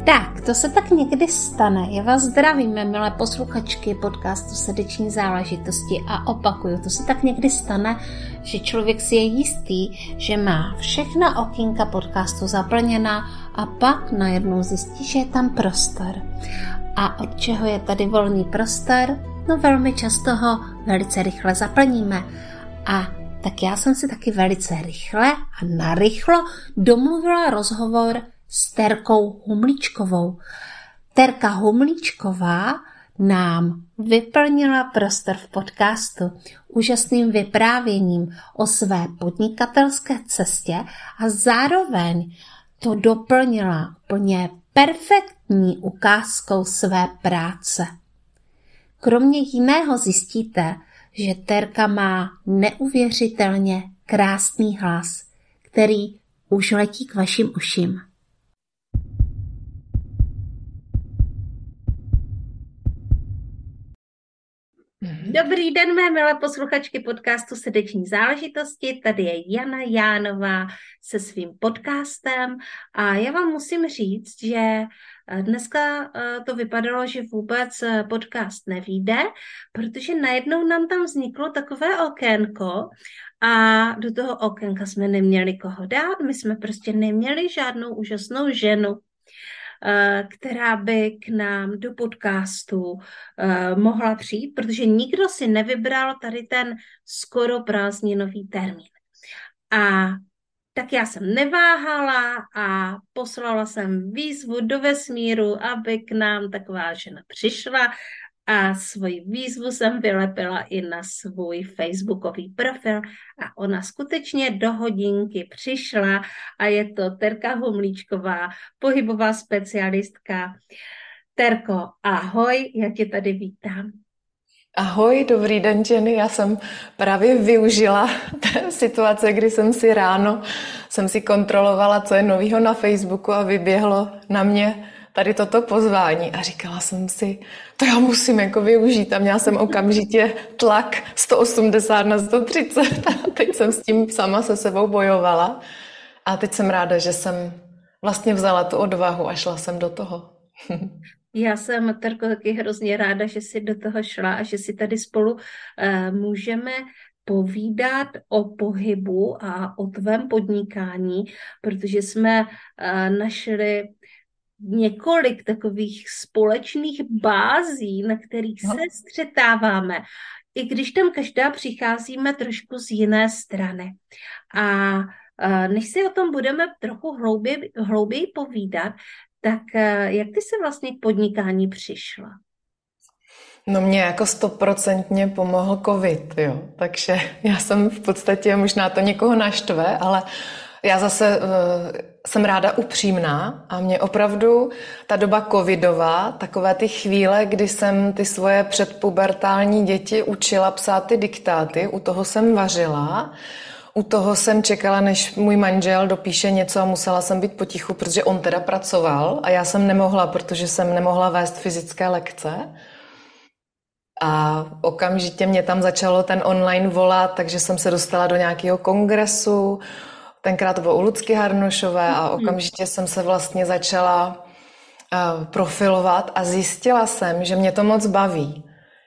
Tak, to se tak někdy stane. Já vás zdravím, milé posluchačky podcastu Srdeční záležitosti a opakuju, to se tak někdy stane, že člověk si je jistý, že má všechna okýnka podcastu zaplněná a pak najednou zjistí, že je tam prostor. A od čeho je tady volný prostor? No velmi často ho velice rychle zaplníme. A tak já jsem si taky velice rychle a narychlo domluvila rozhovor s Terkou Humlíčkovou. Terka Humlíčková nám vyplnila prostor v podcastu úžasným vyprávěním o své podnikatelské cestě a zároveň to doplnila úplně perfektní ukázkou své práce. Kromě jiného zjistíte, že Terka má neuvěřitelně krásný hlas, který už letí k vašim uším. Dobrý den, mé milé posluchačky podcastu Srdeční záležitosti. Tady je Jana Jánová se svým podcastem a já vám musím říct, že dneska to vypadalo, že vůbec podcast nevyjde, protože najednou nám tam vzniklo takové okénko a do toho okénka jsme neměli koho dát. My jsme prostě neměli žádnou úžasnou ženu, která by k nám do podcastu mohla přijít, protože nikdo si nevybral tady ten skoro prázdninový termín. A tak já jsem neváhala a poslala jsem výzvu do vesmíru, aby k nám taková žena přišla a svoji výzvu jsem vylepila i na svůj facebookový profil a ona skutečně do hodinky přišla a je to Terka Humlíčková, pohybová specialistka. Terko, ahoj, já tě tady vítám. Ahoj, dobrý den, Jenny. Já jsem právě využila té situace, kdy jsem si kontrolovala, co je novýho na Facebooku a vyběhlo na mě tady toto pozvání a říkala jsem si, to já musím jako využít a měla jsem okamžitě tlak 180 na 130 a teď jsem s tím sama se sebou bojovala a teď jsem ráda, že jsem vlastně vzala tu odvahu a šla jsem do toho. Já jsem, Terko, taky hrozně ráda, že jsi do toho šla a že si tady spolu můžeme povídat o pohybu a o tvém podnikání, protože jsme našli několik takových společných bází, na kterých se střetáváme, i když tam každá přicházíme trošku z jiné strany. A než si o tom budeme trochu hlouběji povídat, tak jak ty se vlastně k podnikání přišla? No mě jako 100% pomohl covid, jo. Takže já jsem v podstatě, možná to někoho naštve, ale já zase jsem ráda upřímná a mě opravdu ta doba covidová, takové ty chvíle, kdy jsem ty svoje předpubertální děti učila psát ty diktáty, u toho jsem vařila, u toho jsem čekala, než můj manžel dopíše něco a musela jsem být potichu, protože on teda pracoval a já jsem nemohla, protože jsem nemohla vést fyzické lekce. A okamžitě mě tam začalo ten online volat, takže jsem se dostala do nějakého kongresu. Tenkrát to bylo u Lucky Harnošové a okamžitě jsem se vlastně začala profilovat a zjistila jsem, že mě to moc baví.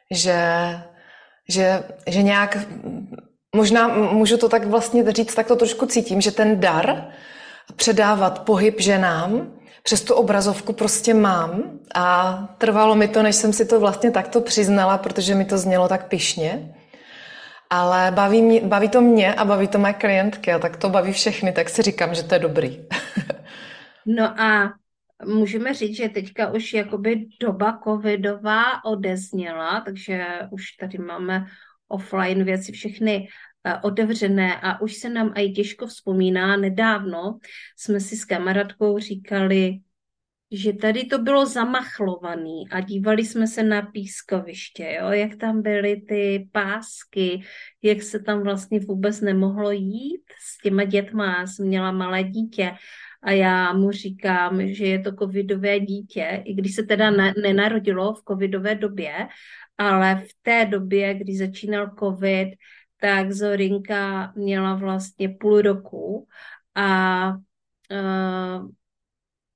Že nějak, možná můžu to tak vlastně říct, tak to trošku cítím, že ten dar předávat pohyb ženám přes tu obrazovku prostě mám a trvalo mi to, než jsem si to vlastně takto přiznala, protože mi to znělo tak pyšně. Ale baví to mě a baví to mé klientky a tak to baví všechny, tak si říkám, že to je dobrý. No a můžeme říct, že teďka už jakoby doba covidová odezněla, takže už tady máme offline věci všechny otevřené a už se nám i těžko vzpomíná. Nedávno jsme si s kamarádkou říkali, že tady to bylo zamachlovaný a dívali jsme se na pískoviště, jo? Jak tam byly ty pásky, jak se tam vlastně vůbec nemohlo jít s těma dětma. Já jsem měla malé dítě a já mu říkám, že je to covidové dítě, i když se teda nenarodilo v covidové době, ale v té době, kdy začínal covid, tak Zorinka měla vlastně půl roku a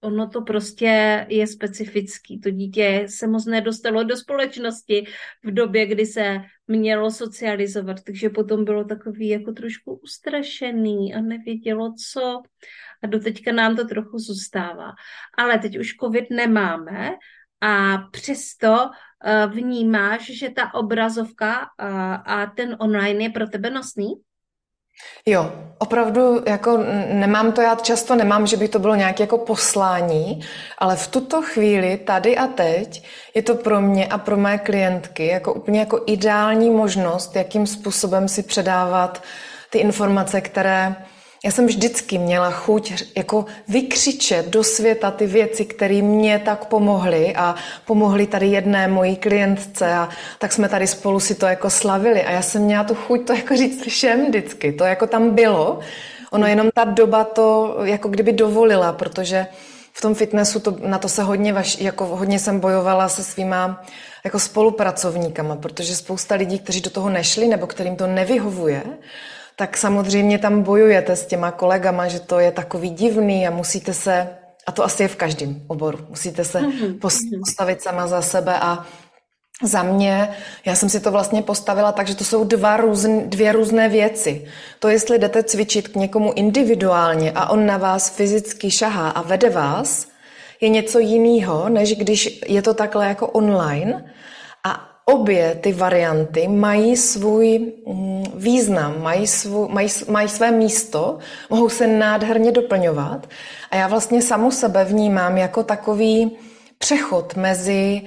ono to prostě je specifický. To dítě se moc nedostalo do společnosti v době, kdy se mělo socializovat, takže potom bylo takový jako trošku ustrašený a nevědělo co. A doteďka nám to trochu zůstává. Ale teď už covid nemáme a přesto vnímáš, že ta obrazovka a ten online je pro tebe nosný? Jo, opravdu jako nemám to, já často nemám, že by to bylo nějaké jako poslání, ale v tuto chvíli, tady a teď, je to pro mě a pro mé klientky jako úplně jako ideální možnost, jakým způsobem si předávat ty informace, které já jsem vždycky měla chuť jako vykřičet do světa ty věci, které mě tak pomohly a pomohly tady jedné mojí klientce a tak jsme tady spolu si to jako slavili a já jsem měla tu chuť to jako říct všem vždycky, to jako tam bylo, ono jenom ta doba to jako kdyby dovolila, protože v tom fitnessu na to se hodně jsem bojovala se svýma jako spolupracovníkama, protože spousta lidí, kteří do toho nešli nebo kterým to nevyhovuje, tak samozřejmě tam bojujete s těma kolegama, že to je takový divný a musíte se, a to asi je v každém oboru, musíte se postavit sama za sebe a za mě, já jsem si to vlastně postavila tak, že to jsou dvě různé věci. To, jestli jdete cvičit k někomu individuálně a on na vás fyzicky šahá a vede vás, je něco jiného, než když je to takhle jako online a obě ty varianty mají svůj význam, mají své místo, mohou se nádherně doplňovat a já vlastně samu sebe vnímám jako takový přechod mezi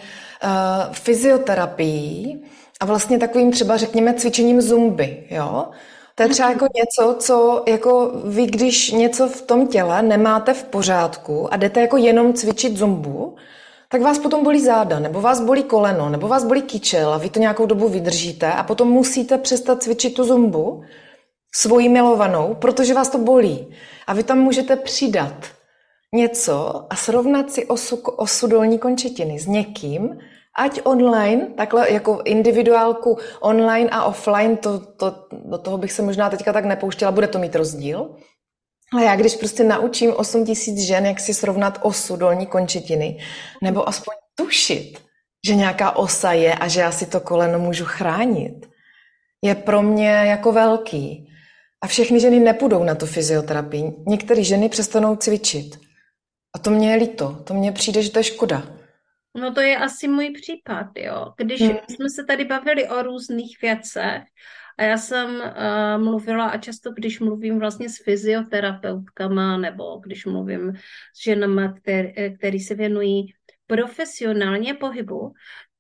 fyzioterapií a vlastně takovým třeba řekněme cvičením zumby, jo? To je třeba jako něco, co jako vy, když něco v tom těle nemáte v pořádku a jdete jako jenom cvičit zumbu, tak vás potom bolí záda, nebo vás bolí koleno, nebo vás bolí kyčel a vy to nějakou dobu vydržíte a potom musíte přestat cvičit tu zumbu svoji milovanou, protože vás to bolí. A vy tam můžete přidat něco a srovnat si osu dolní končetiny s někým, ať online, takhle jako individuálku online a offline, do toho bych se možná teďka tak nepouštěla, bude to mít rozdíl. Ale já když prostě naučím 8 000 žen, jak si srovnat osu dolní končetiny, nebo aspoň tušit, že nějaká osa je a že já si to koleno můžu chránit, je pro mě jako velký. A všechny ženy nepůjdou na tu fyzioterapii. Některé ženy přestanou cvičit. A to mě je líto. To mně přijde, že to je škoda. No to je asi můj případ, jo. Když jsme se tady bavili o různých věcech a já jsem mluvila a často, když mluvím vlastně s fyzioterapeutkama nebo když mluvím s ženama, který se věnují profesionálně pohybu,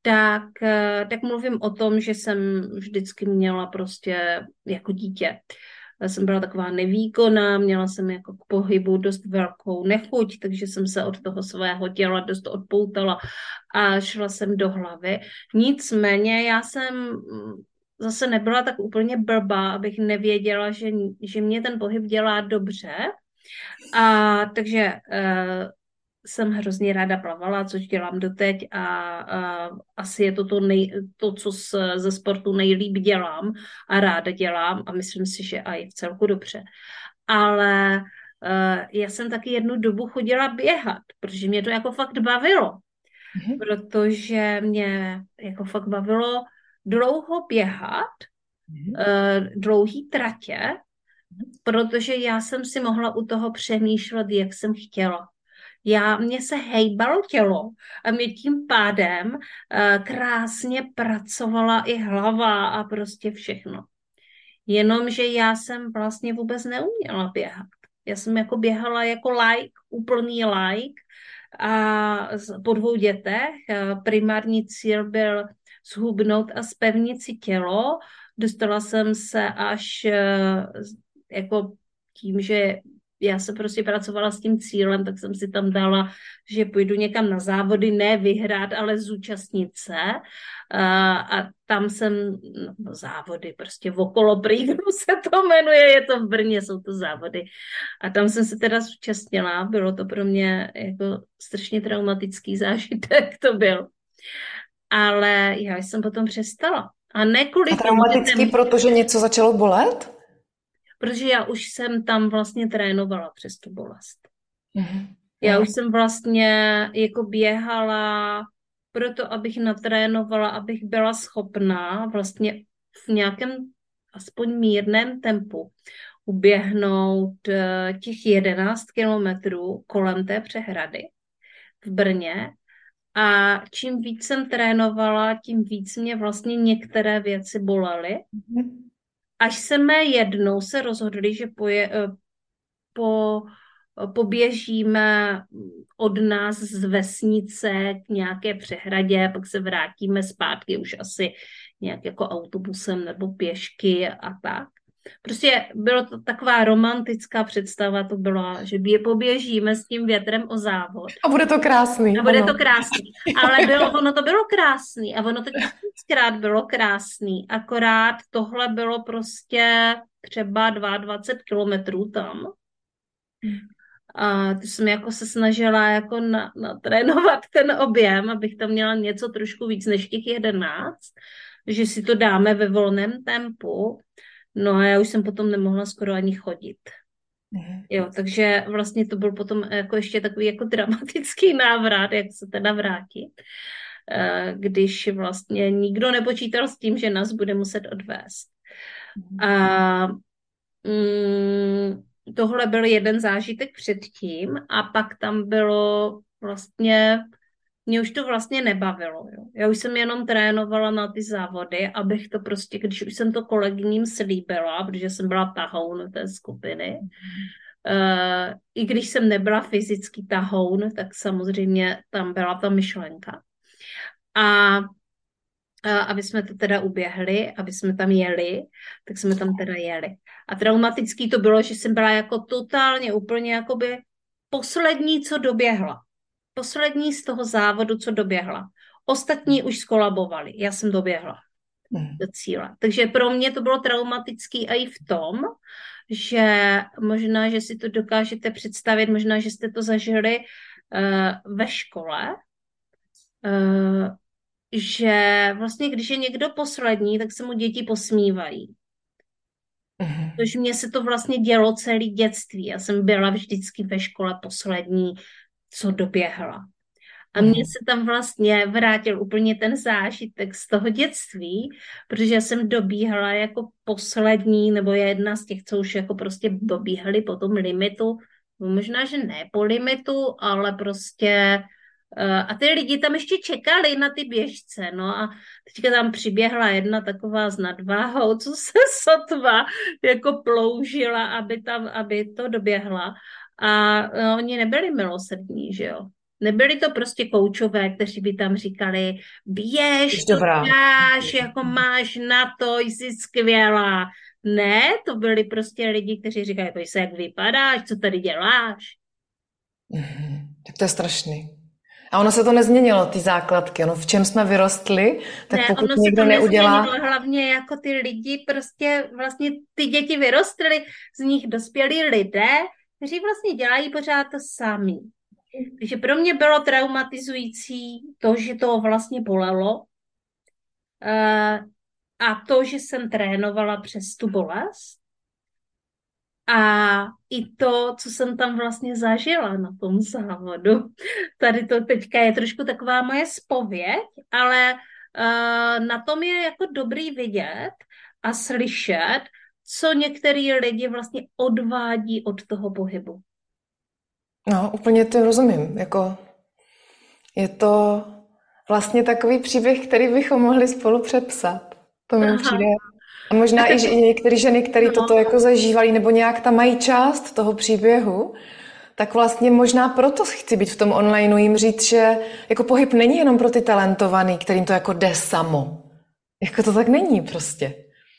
tak mluvím o tom, že jsem vždycky měla prostě jako dítě. Já jsem byla taková nevýkonná, měla jsem jako k pohybu dost velkou nechuť, takže jsem se od toho svého těla dost odpoutala a šla jsem do hlavy. Nicméně já jsem zase nebyla tak úplně blbá, abych nevěděla, že mě ten pohyb dělá dobře. A takže jsem hrozně ráda plavala, což dělám doteď a asi je to, co ze sportu nejlíp dělám a ráda dělám a myslím si, že i v celku dobře. Ale já jsem taky jednu dobu chodila běhat, protože mě to jako fakt bavilo. Protože mě jako fakt bavilo dlouho běhat, dlouhý tratě, protože já jsem si mohla u toho přemýšlet, jak jsem chtěla. Mně se hejbalo tělo a mě tím pádem krásně pracovala i hlava a prostě všechno. Jenomže já jsem vlastně vůbec neuměla běhat. Já jsem jako běhala jako úplný like a po 2 dětech. Primární cíl byl zhubnout a zpevnit si tělo. Dostala jsem se až jako tím, že já jsem prostě pracovala s tím cílem, tak jsem si tam dala, že půjdu někam na závody, ne vyhrát, ale zúčastnit se. A tam jsem, závody, prostě okolo Prýhru se to jmenuje, je to v Brně, jsou to závody. A tam jsem se teda zúčastnila, bylo to pro mě jako strašně traumatický zážitek, to byl. Ale já jsem potom přestala. A ne kvůli tomu, traumatický, protože něco začalo bolet? Protože já už jsem tam vlastně trénovala přes tu bolest. Já už jsem vlastně jako běhala proto, abych natrénovala, abych byla schopná vlastně v nějakém aspoň mírném tempu uběhnout těch 11 kilometrů kolem té přehrady v Brně. A čím víc jsem trénovala, tím víc mě vlastně některé věci bolely. Až jsme jednou se rozhodli, že po, poběžíme od nás z vesnice k nějaké přehradě, pak se vrátíme zpátky už asi nějak jako autobusem nebo pěšky a tak. Prostě bylo to taková romantická představa, to byla, že poběžíme s tím větrem o závod. A bude to krásný. A bude to krásný. Ale ono to bylo krásný a ono to tisíckrát bylo krásný. Akorát tohle bylo prostě třeba 22 kilometrů tam. A to jsem jako se snažila jako natrénovat ten objem, abych tam měla něco trošku víc než těch 11, že si to dáme ve volném tempu. No a já už jsem potom nemohla skoro ani chodit. Jo, takže vlastně to byl potom jako ještě takový jako dramatický návrat, jak se teda vrátit, když vlastně nikdo nepočítal s tím, že nás bude muset odvést. A tohle byl jeden zážitek předtím a pak tam bylo vlastně, mě už to vlastně nebavilo. Jo. Já už jsem jenom trénovala na ty závody, abych to prostě, když už jsem to kolegyním slíbila, protože jsem byla tahoun té skupiny, i když jsem nebyla fyzický tahoun, tak samozřejmě tam byla ta myšlenka. A aby jsme to teda uběhli, aby jsme tam jeli, tak jsme tam teda jeli. A traumatický to bylo, že jsem byla jako totálně úplně jakoby poslední, co doběhla. Poslední z toho závodu, co doběhla. Ostatní už skolabovali. Já jsem doběhla do cíle. Takže pro mě to bylo traumatický i v tom, že možná, že si to dokážete představit, možná, že jste to zažili ve škole, že vlastně, když je někdo poslední, tak se mu děti posmívají. Což mě se to vlastně dělo celé dětství. Já jsem byla vždycky ve škole poslední, co doběhla. A mně se tam vlastně vrátil úplně ten zážitek z toho dětství, protože já jsem dobíhala jako poslední, nebo jedna z těch, co už jako prostě dobíhali po tom limitu. Možná, že ne po limitu, ale prostě a ty lidi tam ještě čekali na ty běžce, no a teďka tam přiběhla jedna taková s nadváhou, co se sotva jako ploužila, aby to doběhla a oni nebyli milosrdní, že jo. Nebyli to prostě koučové, kteří by tam říkali, běž, to dáš, jako máš na to, jsi skvělá. Ne, to byli prostě lidi, kteří říkají, pojď se, jak vypadáš, co tady děláš. Tak to je strašný. A ono se to nezměnilo, ty základky, v čem jsme vyrostli, tak ne, pokud ono někdo se to neudělá... Hlavně jako ty lidi prostě vlastně ty děti vyrostly, z nich dospělí lidé, kteří vlastně dělají pořád to samý. Takže pro mě bylo traumatizující to, že to vlastně bolelo a to, že jsem trénovala přes tu bolest a i to, co jsem tam vlastně zažila na tom závodu. Tady to teďka je trošku taková moje zpověď, ale na tom je jako dobrý vidět a slyšet, co některý lidi vlastně odvádí od toho pohybu. No, úplně to rozumím. Je to vlastně takový příběh, který bychom mohli spolu přepsat. To mi přijde. A možná i některé ženy, které toto jako zažívají, nebo nějak tam mají část toho příběhu, tak vlastně možná proto chci být v tom onlineu, jim říct, že jako pohyb není jenom pro ty talentovaný, kterým to jako jde samo. Jako to tak není prostě.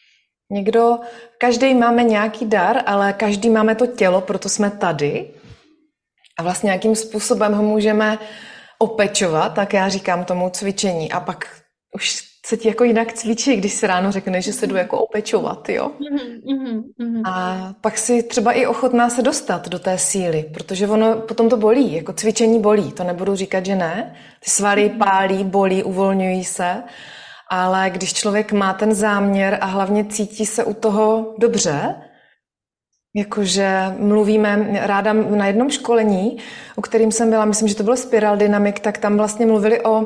Každý máme nějaký dar, ale každý máme to tělo, proto jsme tady. A vlastně nějakým způsobem ho můžeme opečovat, tak já říkám tomu cvičení. A pak už se ti jako jinak cvičí, když si ráno řekneš, že se jdu jako opečovat, jo? A pak si třeba i ochotná se dostat do té síly, protože ono potom to bolí, jako cvičení bolí, to nebudu říkat, že ne. Ty svaly pálí, bolí, uvolňují se, ale když člověk má ten záměr a hlavně cítí se u toho dobře, Jakože mluvíme ráda na jednom školení, o kterým jsem byla, myslím, že to bylo Spiral Dynamic, tak tam vlastně mluvili o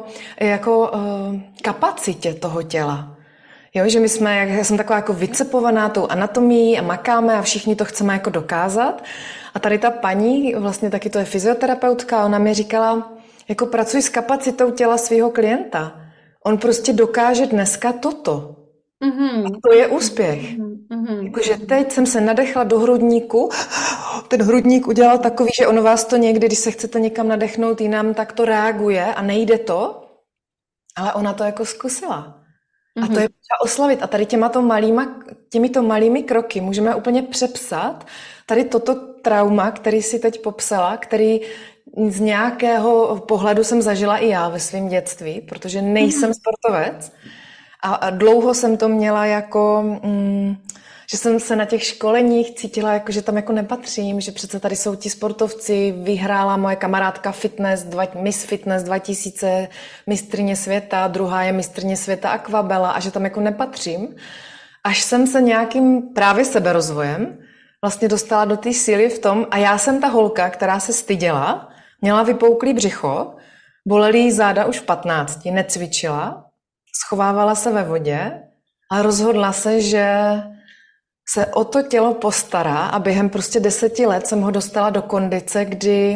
kapacitě toho těla. Jo, že my jsme, já jsem taková jako vycepovaná tou anatomií a makáme a všichni to chceme jako dokázat. A tady ta paní, vlastně taky to je fyzioterapeutka, ona mi říkala, jako pracuj s kapacitou těla svého klienta. On prostě dokáže dneska toto. A to je úspěch. Jakože teď jsem se nadechla do hrudníku, ten hrudník udělal takový, že ono vás to někdy, když se chcete někam nadechnout jinam, tak to reaguje a nejde to, ale ona to jako zkusila. A to je potřeba oslavit. A tady těmito malými kroky můžeme úplně přepsat tady toto trauma, který si teď popsala, který z nějakého pohledu jsem zažila i já ve svém dětství, protože nejsem sportovec. A dlouho jsem to měla jako, že jsem se na těch školeních cítila, jako, že tam jako nepatřím, že přece tady jsou ti sportovci, vyhrála moje kamarádka Miss Fitness 2000, mistryně světa, druhá je mistryně světa Aquabela a že tam jako nepatřím. Až jsem se nějakým právě seberozvojem vlastně dostala do té síly v tom a já jsem ta holka, která se styděla, měla vypouklý břicho, bolely jí záda už v 15, necvičila, schovávala se ve vodě a rozhodla se, že se o to tělo postará a během prostě 10 let jsem ho dostala do kondice, kdy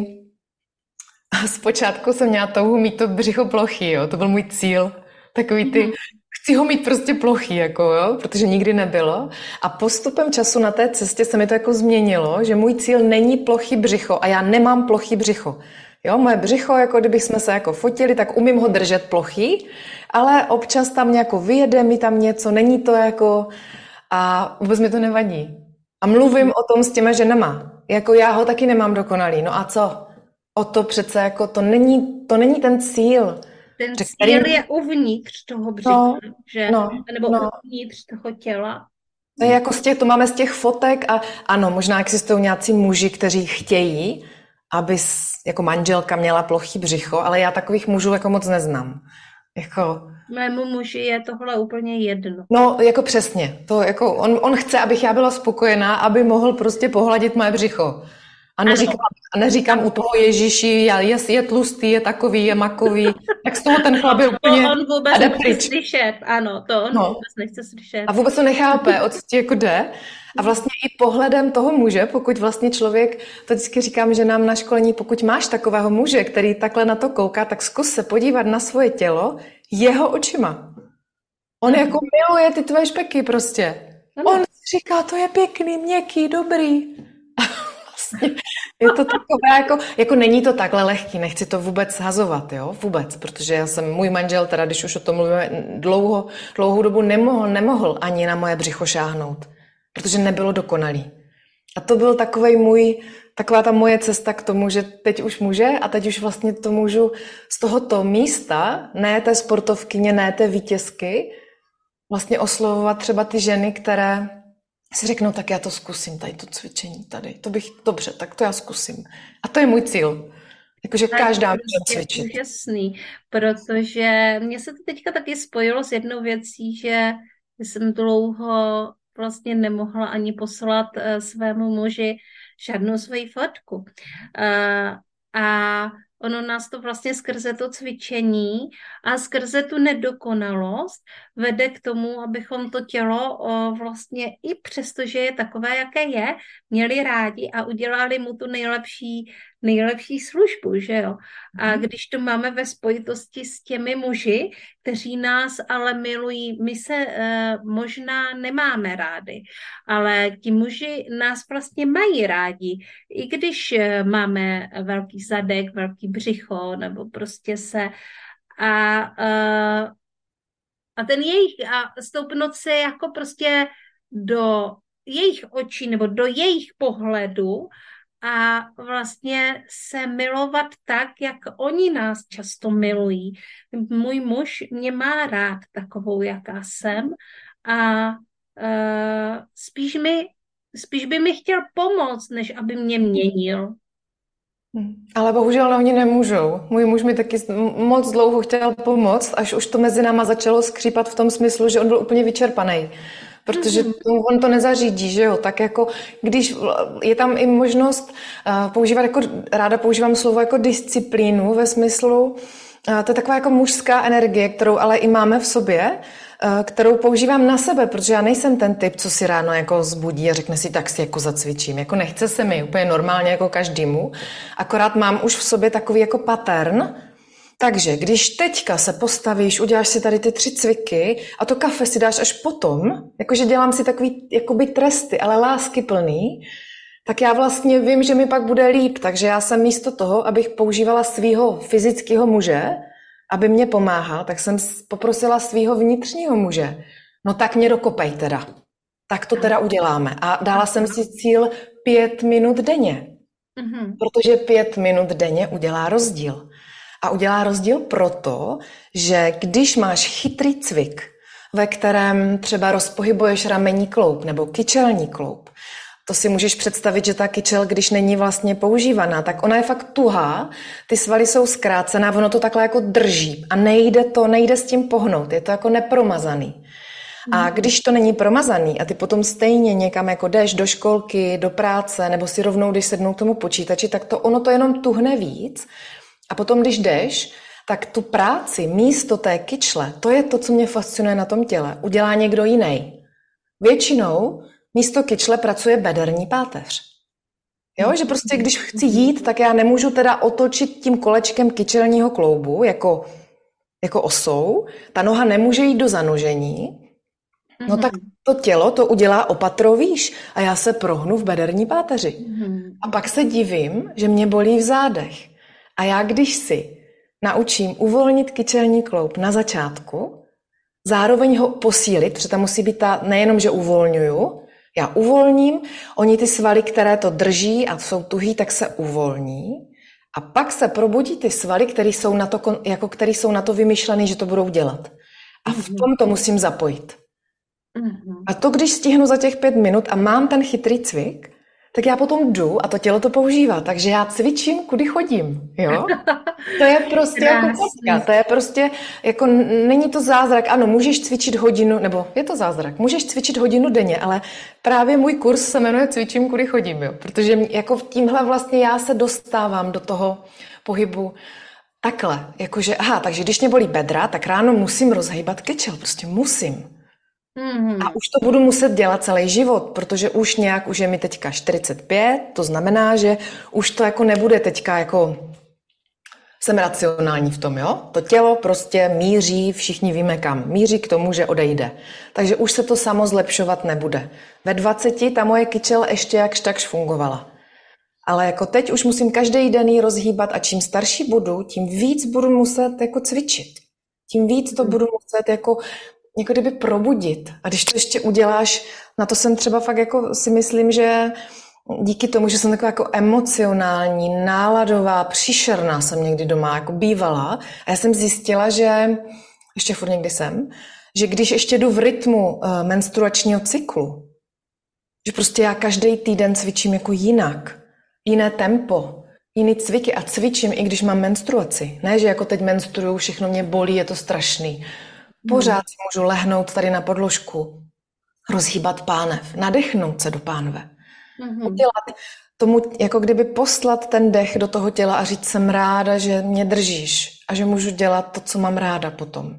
zpočátku jsem měla touhu mít to břicho plochý, jo? To byl můj cíl, takový chci ho mít prostě plochý, jako, jo? Protože nikdy nebylo. A postupem času na té cestě se mi to jako změnilo, že můj cíl není plochý břicho a já nemám plochý břicho. Jo, moje břicho, jako kdybych jsme se jako fotili, tak umím ho držet plochý, ale občas tam nějako vyjede mi tam něco, není to jako a vůbec mi to nevadí. A mluvím o tom s těma ženama. Jako já ho taky nemám dokonalý. No a co? O to přece jako to není ten cíl. Ten cíl je uvnitř toho břicha, že? Nebo uvnitř toho těla. To je jako to máme z těch fotek a ano, možná existují nějací muži, kteří chtějí, aby jako manželka měla plochý břicho, ale já takových mužů jako moc neznám. Jako... Mému muži je tohle úplně jedno. No, jako přesně. To jako on chce, abych já byla spokojená, aby mohl prostě pohladit moje břicho. A neříkám u toho Ježíši, je tlustý, je takový, je makový, tak z toho ten chlap je úplně... To on vůbec nechce slyšet, ano, to on vůbec nechce slyšet. A vůbec to nechápe, o co ti jako jde. A vlastně i pohledem toho muže, pokud vlastně člověk, to vždycky říkám, že nám na školení, pokud máš takového muže, který takhle na to kouká, tak zkus se podívat na svoje tělo jeho očima. On jako miluje ty tvoje špeky prostě. On si říká, to je pěkný, měkký, dobrý. Vlastně je to takové, jako není to takhle lehký, nechci to vůbec shazovat, jo, vůbec, protože můj manžel, teda když už o tom mluvíme, dlouhou dobu nemohl ani na moje břicho šáhnout, protože nebylo dokonalý. A to byl taková ta moje cesta k tomu, že teď už může a teď už vlastně to můžu z tohoto místa, ne té sportovkyně, ne té vítězky, vlastně oslovovat třeba ty ženy, které si řeknou, tak já to zkusím, tady to cvičení, dobře, tak to já zkusím. A to je můj cíl. Jakože každá může cvičit. To je úžasný, protože mně se to teďka taky spojilo s jednou věcí, že jsem dlouho vlastně nemohla ani poslat svému muži žádnou svoji fotku. A ono nás to vlastně skrze to cvičení a skrze tu nedokonalost vede k tomu, abychom to tělo vlastně i přesto, že je takové, jaké je, měli rádi a udělali mu tu nejlepší službu, že jo. A když to máme ve spojitosti s těmi muži, kteří nás ale milují, my se možná nemáme rádi, ale ti muži nás vlastně mají rádi, i když máme velký zadek, velký břicho, nebo prostě a ten stoupnout se jako prostě do jejich očí nebo do jejich pohledu a vlastně se milovat tak, jak oni nás často milují. Můj muž mě má rád takovou, jaká jsem a spíš by mi chtěl pomoct, než aby mě měnil. Ale bohužel oni nemůžou. Můj muž mi taky moc dlouho chtěl pomoct, až už to mezi náma začalo skřípat v tom smyslu, že on byl úplně vyčerpaný. protože on to nezařídí, že jo, tak jako když je tam i možnost používat, jako ráda používám slovo jako disciplínu ve smyslu, to je taková jako mužská energie, kterou ale i máme v sobě, kterou používám na sebe, protože já nejsem ten typ, co si ráno jako zbudí a řekne si, tak si jako zacvičím. Jako nechce se mi úplně normálně jako každému, akorát mám už v sobě takový jako pattern. Takže když teďka se postavíš, uděláš si tady ty 3 cviky a to kafe si dáš až potom, jakože dělám si takový jakoby tresty, ale láskyplný, tak já vlastně vím, že mi pak bude líp, takže já jsem místo toho, abych používala svýho fyzického muže, aby mě pomáhal, tak jsem poprosila svýho vnitřního muže. No tak mě dokopej teda. Tak to teda uděláme. A dala jsem si cíl 5 minut denně. Protože 5 minut denně udělá rozdíl. A udělá rozdíl proto, že když máš chytrý cvik, ve kterém třeba rozpohybuješ ramenní kloub nebo kyčelní kloub, to si můžeš představit, že ta kyčel, když není vlastně používaná, tak ona je fakt tuhá, ty svaly jsou zkrácená, ono to takhle jako drží a nejde s tím pohnout, je to jako nepromazaný. A když to není promazaný a ty potom stejně někam jako jdeš do školky, do práce, nebo si rovnou jdeš sednout k tomu počítači, tak ono to jenom tuhne víc. A potom, když jdeš, tak tu práci místo té kyčle, to je to, co mě fascinuje na tom těle, udělá někdo jiný. Většinou místo kyčle pracuje bederní páteř. Jo, že prostě když chci jít, tak já nemůžu teda otočit tím kolečkem kyčelního kloubu jako osou. Ta noha nemůže jít do zanožení. No tak to tělo to udělá opatro výš a já se prohnu v bederní páteři. A pak se divím, že mě bolí v zádech. A já když si naučím uvolnit kyčelní kloub na začátku, zároveň ho posílit, protože tam musí být nejenom, že uvolňuju, já uvolním, oni ty svaly, které to drží a jsou tuhý, tak se uvolní a pak se probudí ty svaly, které jsou na to vymyšlené, že to budou dělat. A v tom to musím zapojit. A to, když stihnu za těch 5 minut a mám ten chytrý cvik, tak já potom jdu a to tělo to používá. Takže já cvičím, kudy chodím. Jo? To je prostě jako potka. To je prostě, jako není to zázrak. Ano, můžeš cvičit hodinu, nebo je to zázrak. Můžeš cvičit hodinu denně, ale právě můj kurz se jmenuje Cvičím, kudy chodím. Jo? Protože jako tímhle vlastně já se dostávám do toho pohybu takhle. Jakože, takže když mě bolí bedra, tak ráno musím rozhejbat kyčel. Prostě musím. A už to budu muset dělat celý život, protože už je mi teďka 45, to znamená, že už to jako nebude teďka jako jsem racionální v tom, jo? To tělo prostě míří, všichni víme kam, míří k tomu, že odejde. Takže už se to samo zlepšovat nebude. Ve 20 ta moje kyčel ještě jakž takž fungovala. Ale jako teď už musím každý den jí rozhýbat a čím starší budu, tím víc budu muset jako cvičit. Tím víc to budu muset jako kdyby probudit. A když to ještě uděláš, na to jsem třeba fakt jako si myslím, že díky tomu, že jsem taková jako emocionální, náladová, příšerná jsem někdy doma jako bývala. A já jsem zjistila, že, ještě furt někdy jsem, že když ještě jdu v rytmu menstruačního cyklu, že prostě já každý týden cvičím jako jinak, jiné tempo, jiný cviky a cvičím, i když mám menstruaci. Ne, že jako teď menstruuju, všechno mě bolí, je to strašný. Pořád si můžu lehnout tady na podložku, rozhýbat pánev, nadechnout se do pánve. Udělat tomu, jako kdyby poslat ten dech do toho těla a říct, jsem ráda, že mě držíš a že můžu dělat to, co mám ráda potom.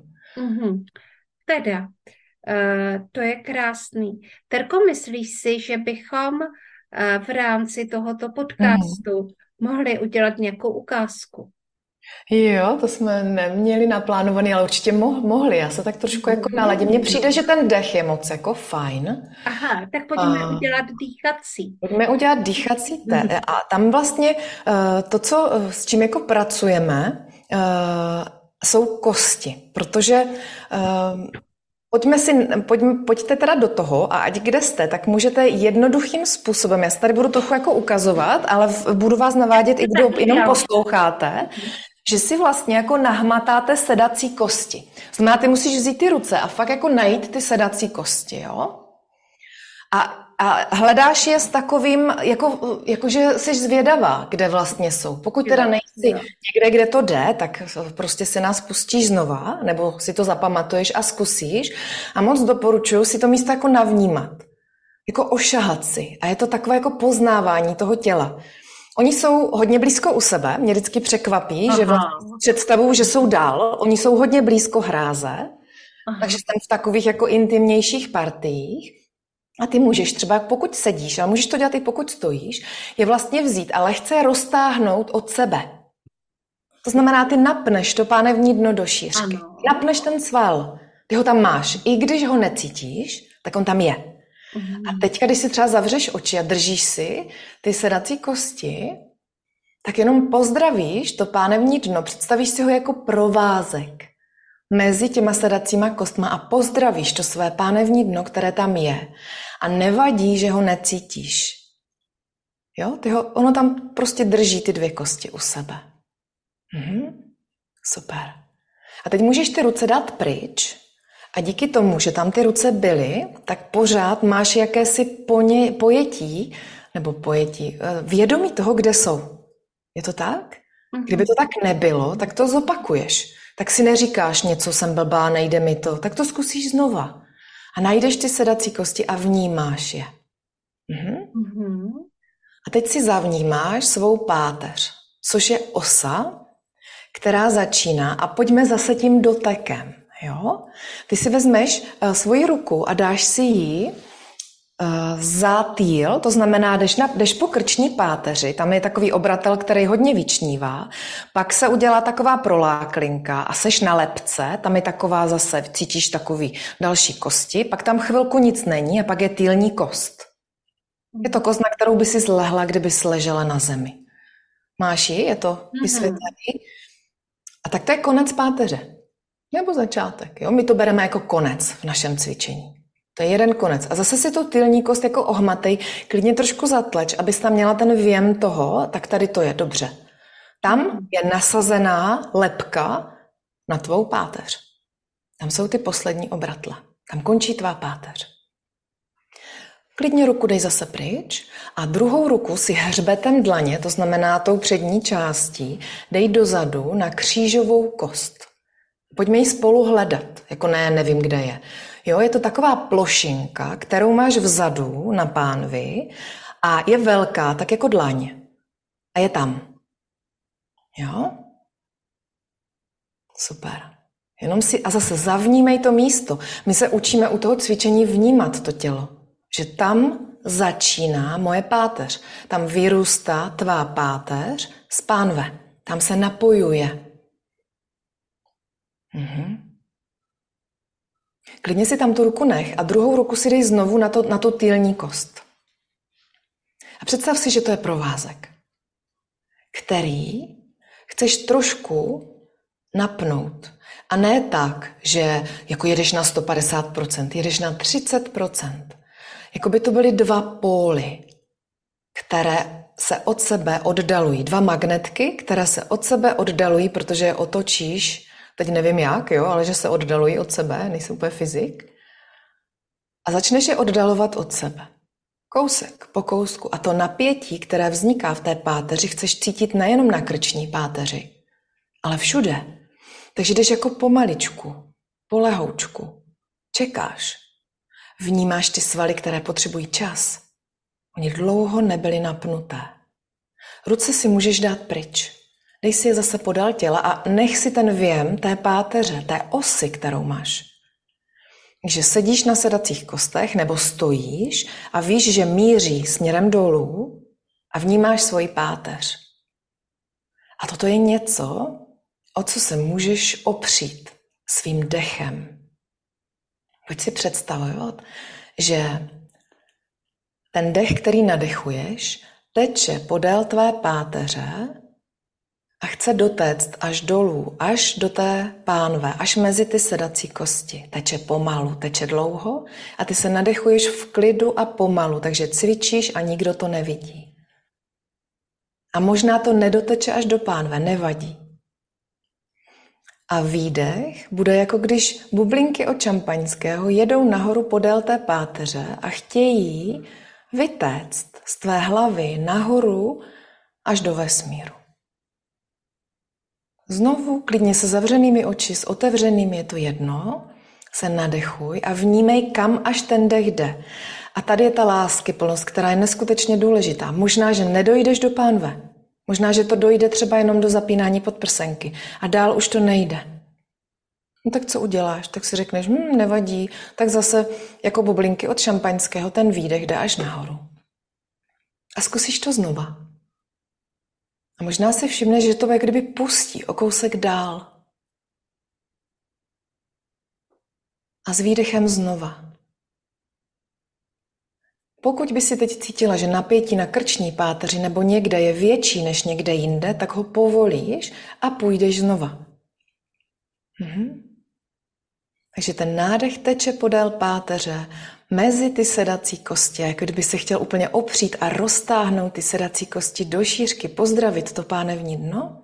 Teda, to je krásný. Terko, myslíš si, že bychom v rámci tohoto podcastu mohli udělat nějakou ukázku? Jo, to jsme neměli naplánovaný, ale určitě mohli. Já se tak trošku jako naladím. Mně přijde, že ten dech je moc jako fajn. Aha, tak pojďme udělat dýchací. Pojďme udělat dýchací a tam vlastně to, s čím jako pracujeme, jsou kosti, protože pojďte teda do toho a ať kde jste, tak můžete jednoduchým způsobem, já se tady budu trochu jako ukazovat, ale budu vás navádět, i kdo jenom posloucháte, že si vlastně jako nahmatáte sedací kosti. Znamená, ty musíš vzít ty ruce a fakt jako najít ty sedací kosti, jo? A A hledáš je s takovým, jako že jsi zvědavá, kde vlastně jsou. Pokud teda nejsi někde, kde to jde, tak prostě si nás pustíš znova, nebo si to zapamatuješ a zkusíš. A moc doporučuji si to místo jako navnímat. Jako ošahat si. A je to takové jako poznávání toho těla. Oni jsou hodně blízko u sebe. Mě vždycky překvapí, že vlastně představuju, že jsou dál. Oni jsou hodně blízko hráze. Takže jsem v takových jako intimnějších partiích. A ty můžeš třeba, pokud sedíš, ale můžeš to dělat i pokud stojíš, je vlastně vzít a lehce roztáhnout od sebe. To znamená, ty napneš to pánevní dno do šířky. Ano. Napneš ten sval. Ty ho tam máš. I když ho necítíš, tak on tam je. A teďka, když si třeba zavřeš oči a držíš si ty sedací kosti, tak jenom pozdravíš to pánevní dno, představíš si ho jako provázek mezi těma sedacíma kostma a pozdravíš to své pánevní dno, které tam je. A nevadí, že ho necítíš. Jo? Ono tam prostě drží ty dvě kosti u sebe. Super. A teď můžeš ty ruce dát pryč a díky tomu, že tam ty ruce byly, tak pořád máš jakési pojetí, vědomí toho, kde jsou. Je to tak? Kdyby to tak nebylo, tak to zopakuješ. Tak si neříkáš, něco jsem blbá, nejde mi to. Tak to zkusíš znova. A najdeš ty sedací kosti a vnímáš je. A teď si zavnímáš svou páteř, což je osa, která začíná, a pojďme zase tím dotekem. Jo? Ty si vezmeš svoji ruku a dáš si ji za týl, to znamená, jdeš po krční páteři, tam je takový obratel, který hodně vyčnívá, pak se udělá taková proláklinka a seš na lebce, tam je taková zase, cítíš takový další kosti, pak tam chvilku nic není a pak je týlní kost. Je to kost, na kterou by si zlehla, kdyby ležela na zemi. Máš ji? Je to vysvětlený? A tak to je konec páteře. Nebo začátek. Jo? My to bereme jako konec v našem cvičení. To je jeden konec. A zase si tu tylní kost jako ohmatej, klidně trošku zatleč, abys tam měla ten věm toho, tak tady to je, dobře. Tam je nasazená lebka na tvou páteř. Tam jsou ty poslední obratle. Tam končí tvá páteř. Klidně ruku dej zase pryč a druhou ruku si hřbetem dlaně, to znamená tou přední částí, dej dozadu na křížovou kost. Pojďme ji spolu hledat, jako nevím, kde je. Jo, je to taková plošinka, kterou máš vzadu na pánvi a je velká, tak jako dlaň. A je tam. Jo? Super. Jenom si a zase zavnímej to místo. My se učíme u toho cvičení vnímat to tělo. Že tam začíná moje páteř. Tam vyrůstá tvá páteř z pánve. Tam se napojuje. Klidně si tam tu ruku nech a druhou ruku si dej znovu na tu týlní kost. A představ si, že to je provázek, který chceš trošku napnout. A ne tak, že jako jedeš na 150%, jedeš na 30%. Jako by to byly dva póly, které se od sebe oddalují. Dva magnetky, které se od sebe oddalují, protože je otočíš, teď nevím jak, jo, ale že se oddalují od sebe, nejsem úplně fyzik. A začneš je oddalovat od sebe. Kousek po kousku. A to napětí, které vzniká v té páteři, chceš cítit nejenom na krční páteři, ale všude. Takže jdeš jako pomaličku, polehoučku. Čekáš. Vnímáš ty svaly, které potřebují čas. Oni dlouho nebyly napnuté. Ruce si můžeš dát pryč. Dej si je zase podél těla a nech si ten věm té páteře, té osy, kterou máš. Takže sedíš na sedacích kostech nebo stojíš a víš, že míří směrem dolů a vnímáš svoji páteř. A toto je něco, o co se můžeš opřít svým dechem. Pojď si představovat, že ten dech, který nadechuješ, teče podél tvé páteře a chce dotéct až dolů, až do té pánve, až mezi ty sedací kosti. Teče pomalu, teče dlouho a ty se nadechuješ v klidu a pomalu, takže cvičíš a nikdo to nevidí. A možná to nedoteče až do pánve, nevadí. A výdech bude jako když bublinky od šampaňského jedou nahoru podél té páteře a chtějí vytéct z tvé hlavy nahoru až do vesmíru. Znovu, klidně se zavřenými oči, s otevřenými, je to jedno, se nadechuj a vnímej, kam až ten dech jde. A tady je ta láskyplnost, která je neskutečně důležitá. Možná, že nedojdeš do pánve. Možná, že to dojde třeba jenom do zapínání podprsenky a dál už to nejde. No tak co uděláš? Tak si řekneš, nevadí, tak zase jako bublinky od šampaňského ten výdech jde až nahoru. A zkusíš to znova. A možná si všimneš, že to jak kdyby pustí o kousek dál. A s výdechem znova. Pokud by si teď cítila, že napětí na krční páteři nebo někde je větší než někde jinde, tak ho povolíš a půjdeš znova. Takže ten nádech teče podél páteře, mezi ty sedací kosti, jako kdyby se chtěl úplně opřít a roztáhnout ty sedací kosti do šířky, pozdravit to pánevní dno.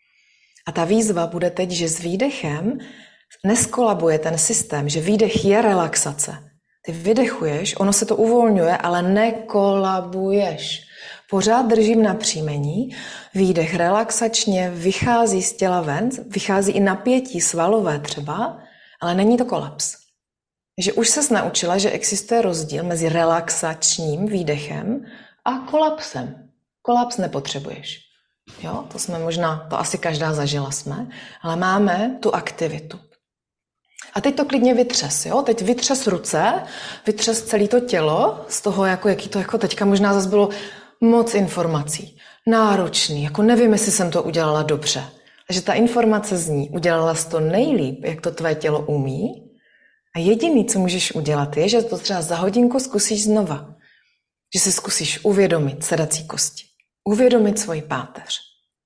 A ta výzva bude teď, že s výdechem neskolabuje ten systém, že výdech je relaxace. Ty vydechuješ, ono se to uvolňuje, ale nekolabuješ. Pořád držím na příjmení, výdech relaxačně vychází z těla ven, vychází i napětí svalové třeba, ale není to kolaps. Takže už ses naučila, že existuje rozdíl mezi relaxačním výdechem a kolapsem. Kolaps nepotřebuješ. Jo, to jsme možná, to asi každá zažila jsme, ale máme tu aktivitu. A teď to klidně vytřes, jo? Teď vytřes ruce, vytřes celé to tělo, z toho, jaký to jako teďka možná zase bylo moc informací. Náročný, jako nevím, jestli jsem to udělala dobře. Takže ta informace zní, udělala jsi to nejlíp, jak to tvé tělo umí. A jediný, co můžeš udělat, je, že to třeba za hodinku zkusíš znova. Že si zkusíš uvědomit sedací kosti. Uvědomit svoji páteř.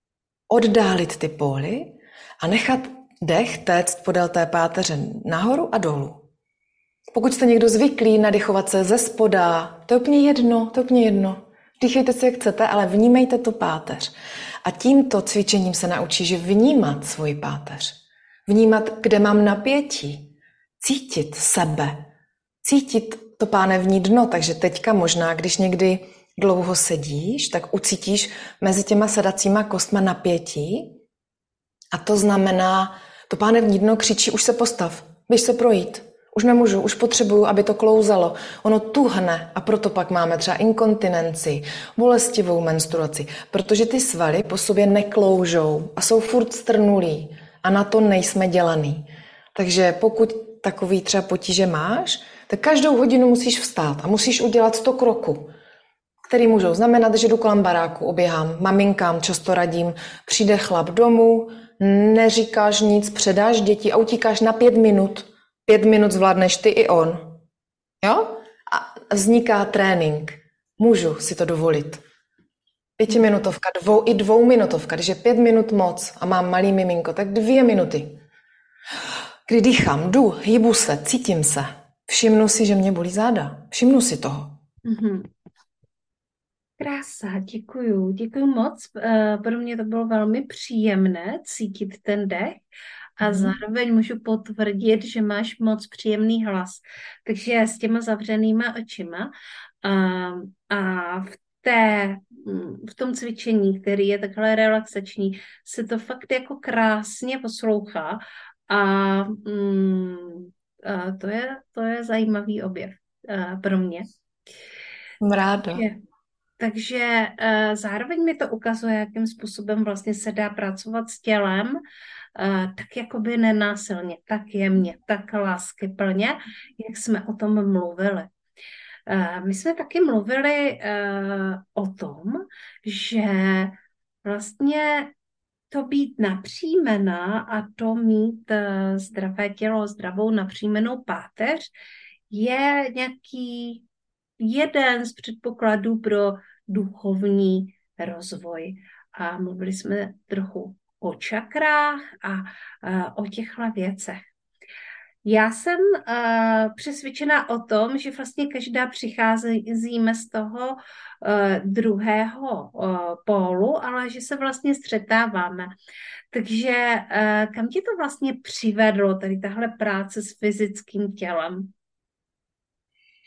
Oddálit ty póly a nechat dech téct podél té páteře nahoru a dolů. Pokud jste někdo zvyklý nadechovat se ze spoda, to je úplně jedno. Dýchejte si, jak chcete, ale vnímejte tu páteř. A tímto cvičením se naučíš vnímat svoji páteř. Vnímat, kde mám napětí. Cítit sebe. Cítit to pánevní dno. Takže teďka možná, když někdy dlouho sedíš, tak ucítíš mezi těma sedacíma kostma napětí. A to znamená, to pánevní dno křičí, už se postav, běž se projít. Už nemůžu, už potřebuju, aby to klouzalo. Ono tuhne a proto pak máme třeba inkontinenci, bolestivou menstruaci, protože ty svaly po sobě nekloužou a jsou furt strnulí a na to nejsme dělaný. Takže pokud takový třeba potíže máš, tak každou hodinu musíš vstát a musíš udělat 100 kroků, který můžou znamenat, že jdu kolem baráku, oběhám, maminkám často radím, přijde chlap domů, neříkáš nic, předáš děti a utíkáš na 5 minut. 5 minut zvládneš ty i on. Jo? A vzniká trénink. Můžu si to dovolit. 5minutovka, i 2minutovka. Když je 5 minut moc a mám malý miminko, tak 2 minuty. Kdy dýchám, jdu, hýbu se, cítím se. Všimnu si, že mě bolí záda. Všimnu si toho. Krása, děkuju moc. Pro mě to bylo velmi příjemné cítit ten dech a zároveň můžu potvrdit, že máš moc příjemný hlas. Takže s těma zavřenýma očima a v tom cvičení, který je takhle relaxační, se to fakt jako krásně poslouchá a to je zajímavý objev pro mě. Jsem ráda. Takže zároveň mi to ukazuje, jakým způsobem vlastně se dá pracovat s tělem, tak jakoby nenásilně, tak jemně, tak láskyplně, jak jsme o tom mluvili. My jsme taky mluvili o tom, že vlastně to být napříjmená a to mít zdravé tělo, zdravou napříjmenou páteř je nějaký jeden z předpokladů pro duchovní rozvoj. A mluvili jsme trochu o čakrách a o těchto věcech. Já jsem přesvědčena o tom, že vlastně každá přicházíme z toho druhého pólu, ale že se vlastně střetáváme. Takže kam tě to vlastně přivedlo, tady tahle práce s fyzickým tělem?